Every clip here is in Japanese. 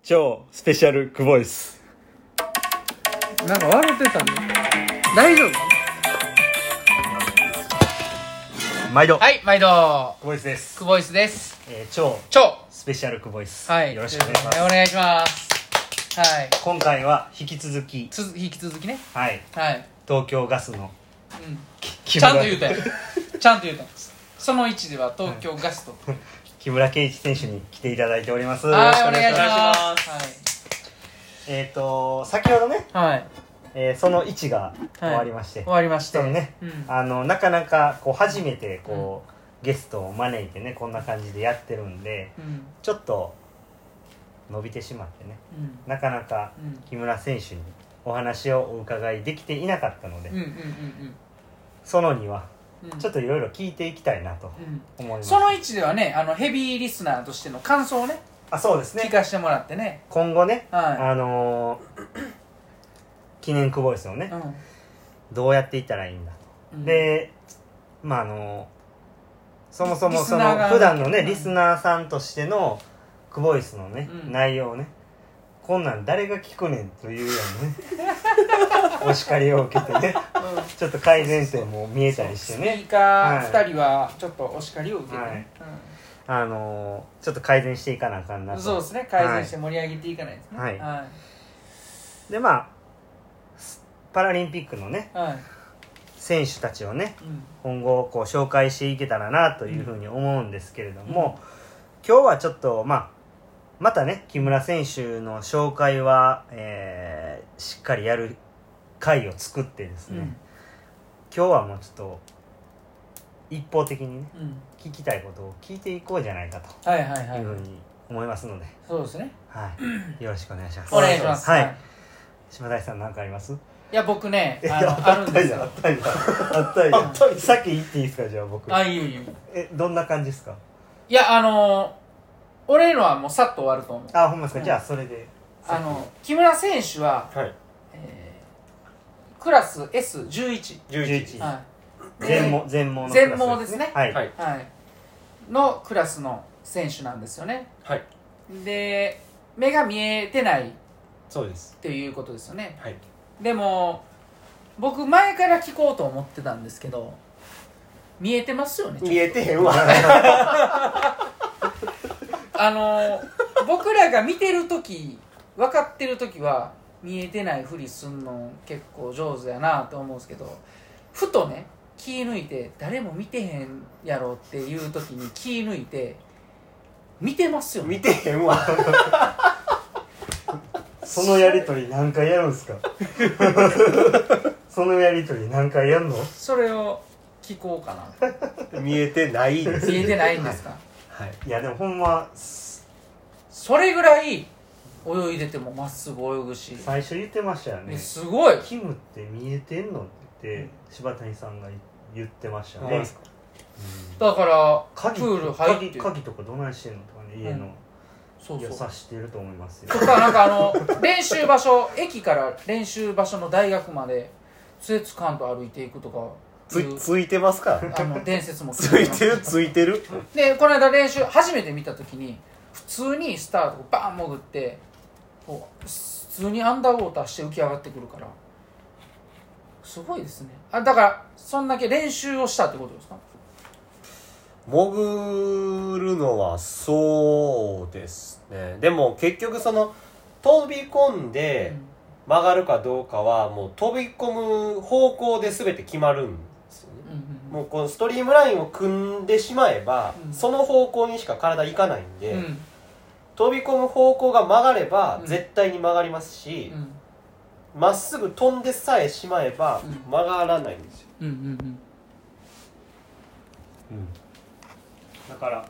超スペシャルクボイス。 なんか笑ってたね。大丈夫？ 毎度はい、毎度クボイスです。 クボイスです。 超超スペシャルクボイス、 はい、 よろしくお願いします。 お願いします。はい。 今回は引き続き引き続きね。 はい、 はい。 東京ガスの、 ちゃんと言うたよ。ちゃんと言うた。その位置では東京ガスと、 木村敬一選手に来ていただいております。よはい、 ろしくお願いしお願いしま。 ますす。 先ほどね、 はい。 その位置が終わりまして、 終わりまして。 そのね、なかなかこう初めてこう、ゲストを招いてねこんな感じでやってるんで、ちょっと伸びてしまってね、なかなか木村選手にお話をお伺いできていなかったので、その2はちょっといろいろ聞いていきたいなと思います。 その位置ではね、ヘビーリスナーとしての感想をね、 そうですね、 聞かせてもらってね、 今後ね、 は記念クボイスをね、どうやっていったらいいんだと、でそもそもその普段のねリスナーさんとしてのクボイスのね、内容をね、こんなん誰が聞くねんというようなねお叱りを受けてね、ちょっと改善点も見えたりしてね、 スピーカー2人はちょっとお叱りを受けてね、 ちょっと改善していかなあかんなと。 そうですね、改善して盛り上げていかないですね。 はい、でパラリンピックのね、選手たちをね、今後こう紹介していけたらなというふうに思うんですけれども、今日はちょっとまたね木村選手の紹介は、しっかりやる回を作ってですね、今日はもうちょっと一方的にね、聞きたいことを聞いていこうじゃないかというふうに思いますので、 そうですね、 よろしくお願いします。 お願いします。 はい、島谷さん何かあります？ いや僕ね、あるんですよ。 あったんやさっき言っていいですか？じゃあ僕。 いいよいいよ。 どんな感じですか？ いや俺のはもうさっと終わると思う。 ほんまですか？じゃあそれで木村選手は、クラス S11、 全盲ですね、のクラスの選手なんですよね。で目が見えてないっていうことですよね。でも僕前から聞こうと思ってたんですけど、見えてますよね？ 見えてへんわ僕らが見てる時分かってる時は見えてないふりすんの結構上手やなと思うんですけど、ふとね気抜いて誰も見てへんやろっていう時に気抜いて見てますよね。 見てへんわそのやりとり何回やるんですか？そのやりとり何回やるの？ それを聞こうかな。 見えてないです。 見えてないんですか？ いやでもほんまそれぐらい泳いでてもまっすぐ泳ぐし、 最初言ってましたよね。 すごい。 キムって見えてんのって言って柴谷さんが言ってましたね。 だからプール入って鍵とかどないしてんのとかね、家のそう優してると思いますよ。 とかなんか練習場所駅から練習場所の大学まで杖つかんと歩いていくとかついてますか？ 伝説もついてるで、この間練習初めて見た時に普通にスタートバーン潜ってこう普通にアンダーウォーターして浮き上がってくるからすごいですね。だからそんだけ練習をしたってことですか？ 潜るのはそうですね。でも結局その飛び込んで曲がるかどうかはもう飛び込む方向で全て決まるんですよね。もうこのストリームラインを組んでしまえば、その方向にしか体いかないんで、飛び込む方向が曲がれば絶対に曲がりますし、まっすぐ飛んでさえしまえば曲がらないんですよ。 だから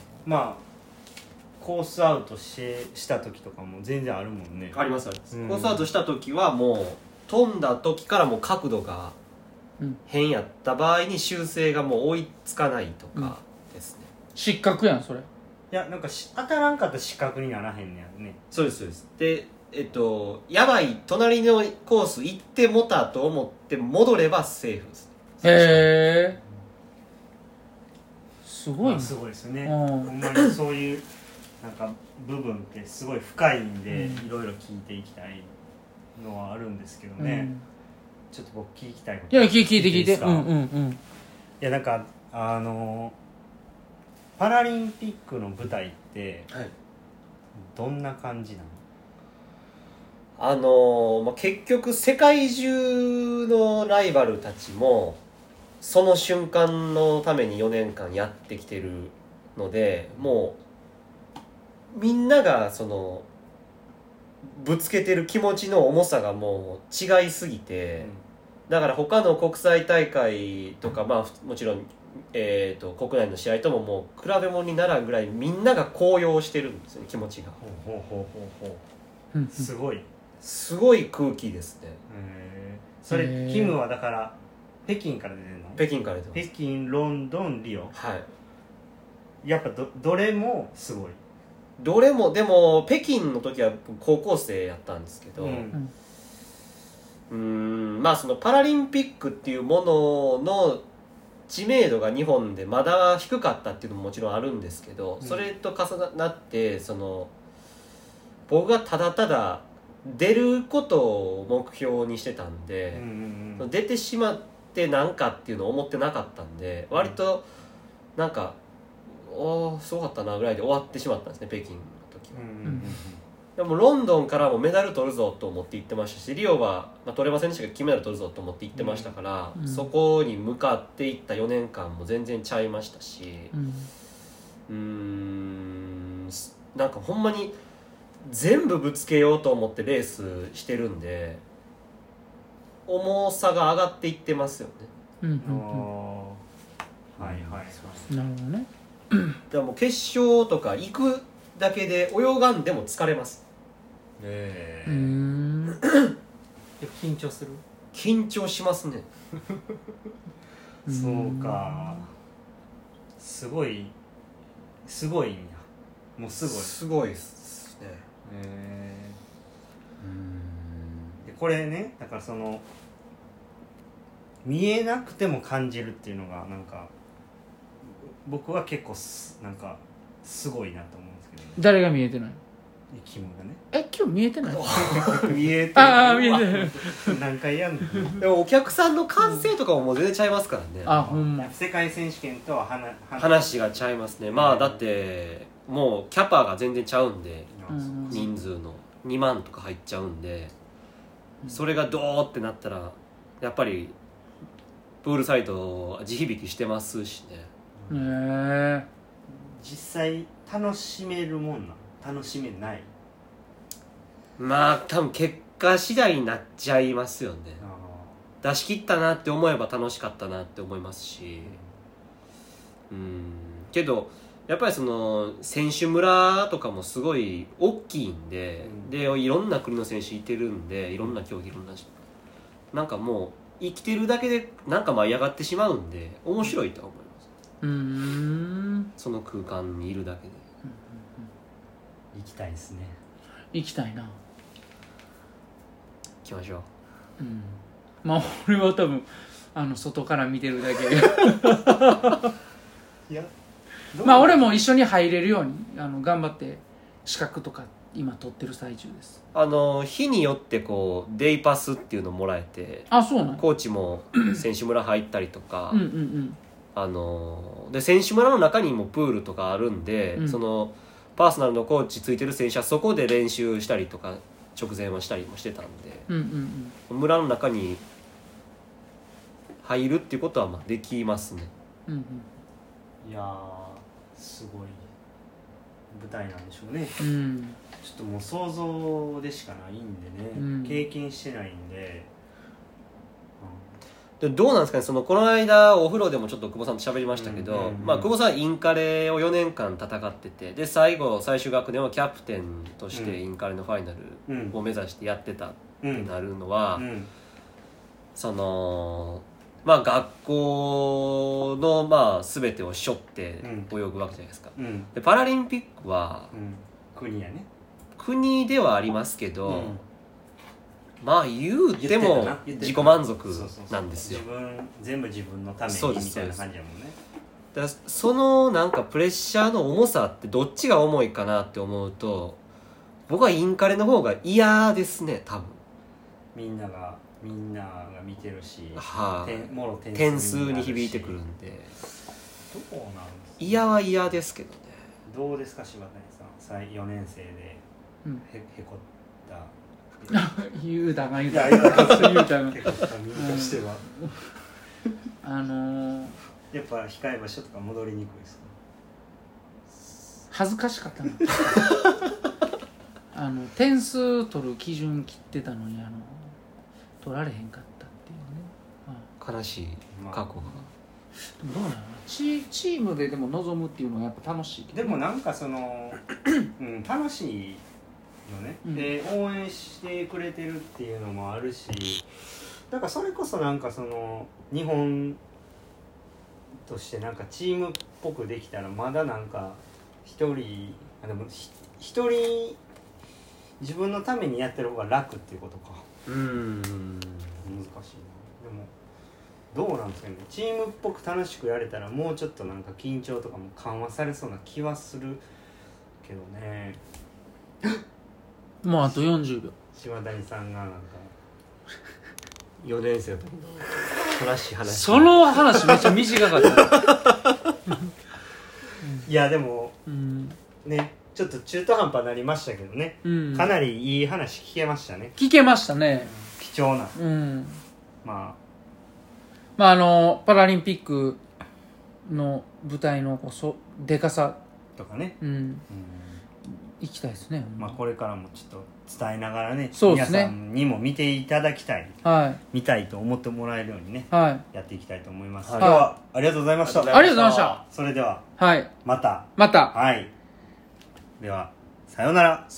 コースアウトした時とかも全然あるもんね。 ありますあります。コースアウトした時はもう飛んだ時からもう角度が変やった場合に修正がもう追いつかないとかですね。 失格やんそれ。 いやなんか当たらんかったら失格にならへんねやね。 そうですそうです。でやばい隣のコース行ってもたと思って戻ればセーフですね。 へえ、すごいね。 すごいですね。ほんまにそういうなんか部分ってすごい深いんで、いろいろ聞いていきたいのはあるんですけどね、ちょっと僕聞きたいこと聞いていいなんかパラリンピックの舞台ってどんな感じなの？結局世界中のライバルたちもその瞬間のために4年間やってきてるので、もうみんながそのぶつけてる気持ちの重さがもう違いすぎて、だから他の国際大会とか、もちろん、国内の試合とももう比べ物にならんぐらいみんなが高揚してるんですよね、気持ちが。すごい空気ですね。 それキムはだから北京から出てるの？ 北京から出てます。 北京、ロンドン、リオ。 はい。 やっぱどれもすごい。 どれもでも北京の時は高校生やったんですけど、そのパラリンピックっていうものの知名度が日本でまだ低かったっていうのももちろんあるんですけど、それと重なってその僕がただただ出ることを目標にしてたんで、出てしまってなんかっていうのを思ってなかったんで、割となんかすごかったなぐらいで終わってしまったんですね、北京の時は。でもロンドンからもメダル取るぞと思って行ってましたし、リオは、取れませんでしたけど金メダル取るぞと思って行ってましたから、そこに向かっていった4年間も全然ちゃいましたし、なんかほんまに全部ぶつけようと思ってレースしてるんで、重さが上がっていってますよね。 はいはい、 なるほどね。 でも決勝とか行くだけで泳がんでも疲れます。 緊張する？ 緊張しますね。 そうか。すごいんや。もうすごいっすね。 でこれね、だからその見えなくても感じるっていうのがなんか僕は結構なんかすごいなと思うんですけど、 誰が見えてない？ キムがね。 今日見えてない？ 見えてる。 見えてる。 何回やんの？ でもお客さんの歓声とかももう全然ちゃいますからね。 ほんま。 世界選手権とは話がちゃいますね。だってもうキャパが全然ちゃうんで、人数の2万とか入っちゃうんで、それがドーってなったらやっぱりプールサイド地響きしてますしね。 実際楽しめるもんな、楽しめない？ 多分結果次第になっちゃいますよね。出し切ったなって思えば楽しかったなって思いますし、けどやっぱりその選手村とかもすごい大きいんで、でいろんな国の選手いてるんで、いろんな競技いろんな人なんかもう生きてるだけでなんか舞い上がってしまうんで面白いとは思います。その空間にいるだけで。 行きたいですね。 行きたいな。 行きましょう。 俺は多分外から見てるだけいや俺も一緒に入れるように頑張って資格とか今取ってる最中です。 日によってこうデイパスっていうのもらえて、 そうなの？ コーチも選手村入ったりとかで選手村の中にもプールとかあるんで、そのパーソナルのコーチついてる選手はそこで練習したりとか直前はしたりもしてたんで、村の中に入るっていうことはできますね。 いやーすごい舞台なんでしょうね。ちょっともう想像でしかないんでね、経験してないんで。 でどうなんですかね、この間お風呂でもちょっと久保さんと喋りましたけど、久保さんインカレを4年間戦ってて、で最終学年はキャプテンとしてインカレのファイナルを目指してやってたってなるのは、その学校の全てを背負って泳ぐわけじゃないですか。でパラリンピックは、 国やね、 国ではありますけど、言うても自己満足なんですよ。 全部自分のためにみたいな感じやもんね。 だそのなんかプレッシャーの重さってどっちが重いかなって思うと、僕はインカレの方が嫌ですね、多分。 みんなが見てるし、 もろ点数に響いてくるんで、 どうなんですか？ 嫌は嫌ですけどね。 どうですか、柴谷さん、4年生でへこった言うたがへこった身としてはやっぱ控え場所とか戻りにくいですか？ 恥ずかしかったな点数取る基準切ってたのに取られへんかったっていうね、 悲しい過去が、 どうなの？チームででも臨むっていうのはやっぱ楽しいけど、 でもなんか楽しいよね、で応援してくれてるっていうのもあるし、だからそれこそなんか日本としてなんかチームっぽくできたらまだなんか一人自分のためにやってる方が楽っていうことか。難しいな。でもどうなんですかね、チームっぽく楽しくやれたらもうちょっとなんか緊張とかも緩和されそうな気はするけどね。 もうあと40秒。 島谷さんがなんか 4年生の時の悲しい話、 その話めっちゃ短かったいやでも、ね、ちょっと中途半端になりましたけどね、かなりいい話聞けましたね。 聞けましたね、 貴重な、 まあパラリンピックの舞台のでかさとかね、 行きたいですね。 これからもちょっと伝えながらね、 そうですね、 皆さんにも見ていただきたい、見たいと思ってもらえるようにね、やっていきたいと思います。今日はありがとうございました。 ありがとうございました。 それでは、また。 はい。 ではさようなら。